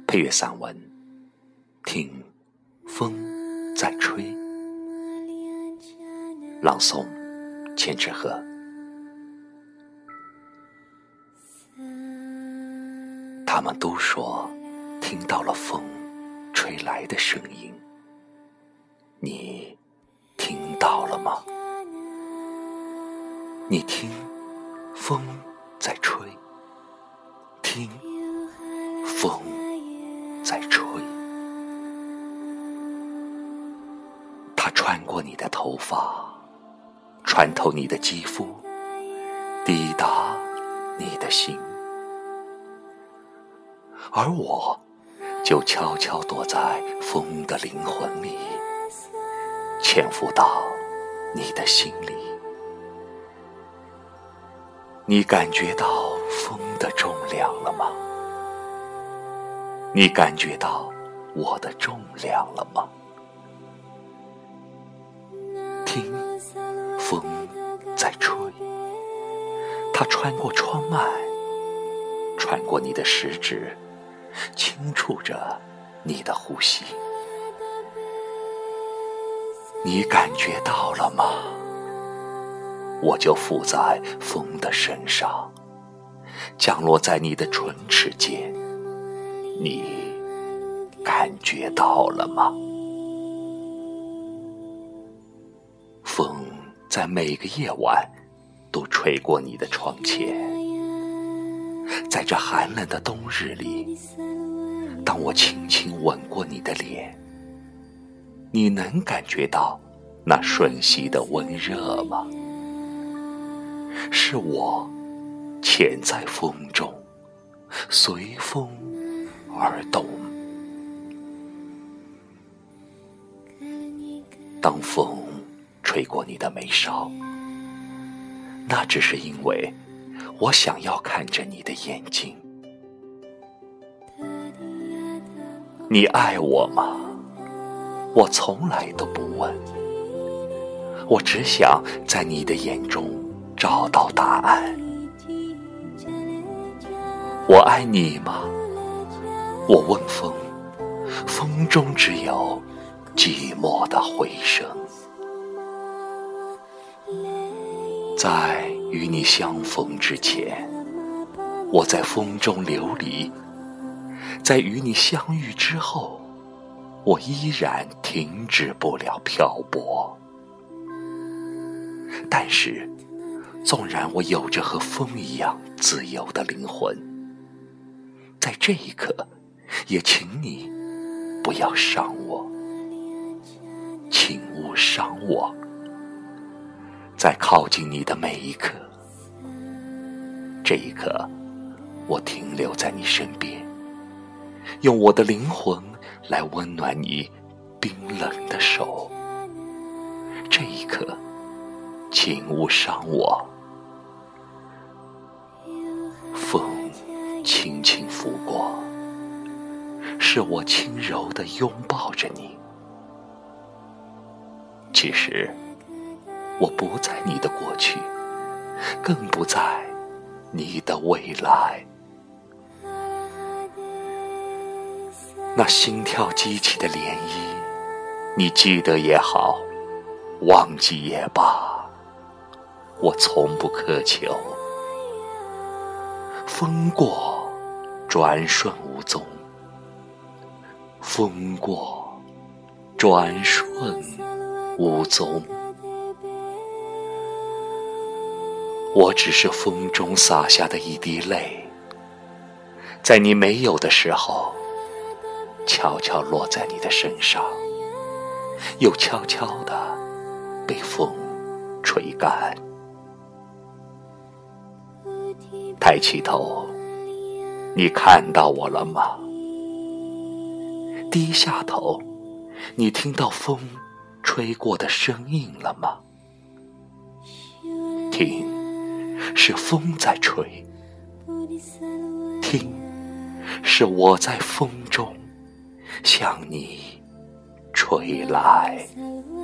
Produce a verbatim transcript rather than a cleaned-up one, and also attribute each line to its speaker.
Speaker 1: 配乐散文，听风在吹。朗诵千纸鹤。他们都说听到了风吹来的声音，你听到了吗？你听风在吹，听风在吹，它穿过你的头发，穿透你的肌肤，抵达你的心，而我就悄悄躲在风的灵魂里，潜伏到你的心里。你感觉到风的重量了吗？你感觉到我的重量了吗？听风在吹，它穿过窗幔，穿过你的食指，轻触着你的呼吸。你感觉到了吗？我就附在风的身上，降落在你的唇齿间。你感觉到了吗？风在每个夜晚都吹过你的窗前，在这寒冷的冬日里，当我轻轻吻过你的脸，你能感觉到那瞬息的温热吗？是我潜在风中，随风而动。当风吹过你的眉梢，那只是因为我想要看着你的眼睛。你爱我吗？我从来都不问，我只想在你的眼中找到答案。我爱你吗？我问风，风中只有寂寞的回声。在与你相逢之前，我在风中流离；在与你相遇之后，我依然停止不了漂泊。但是纵然我有着和风一样自由的灵魂，在这一刻也请你不要伤我，请勿伤我。在靠近你的每一刻，这一刻我停留在你身边，用我的灵魂来温暖你冰冷的手。这一刻请勿伤我。风轻轻拂过，是我轻柔地拥抱着你。其实我不在你的过去，更不在你的未来。那心跳激起的涟漪，你记得也好，忘记也罢，我从不苛求。风过，转瞬无踪；风过，转瞬无踪。我只是风中洒下的一滴泪，在你没有的时候，悄悄落在你的身上，又悄悄地被风吹干。抬起头，你看到我了吗？低下头，你听到风吹过的声音了吗？听，是风在吹；听，是我在风中向你吹来。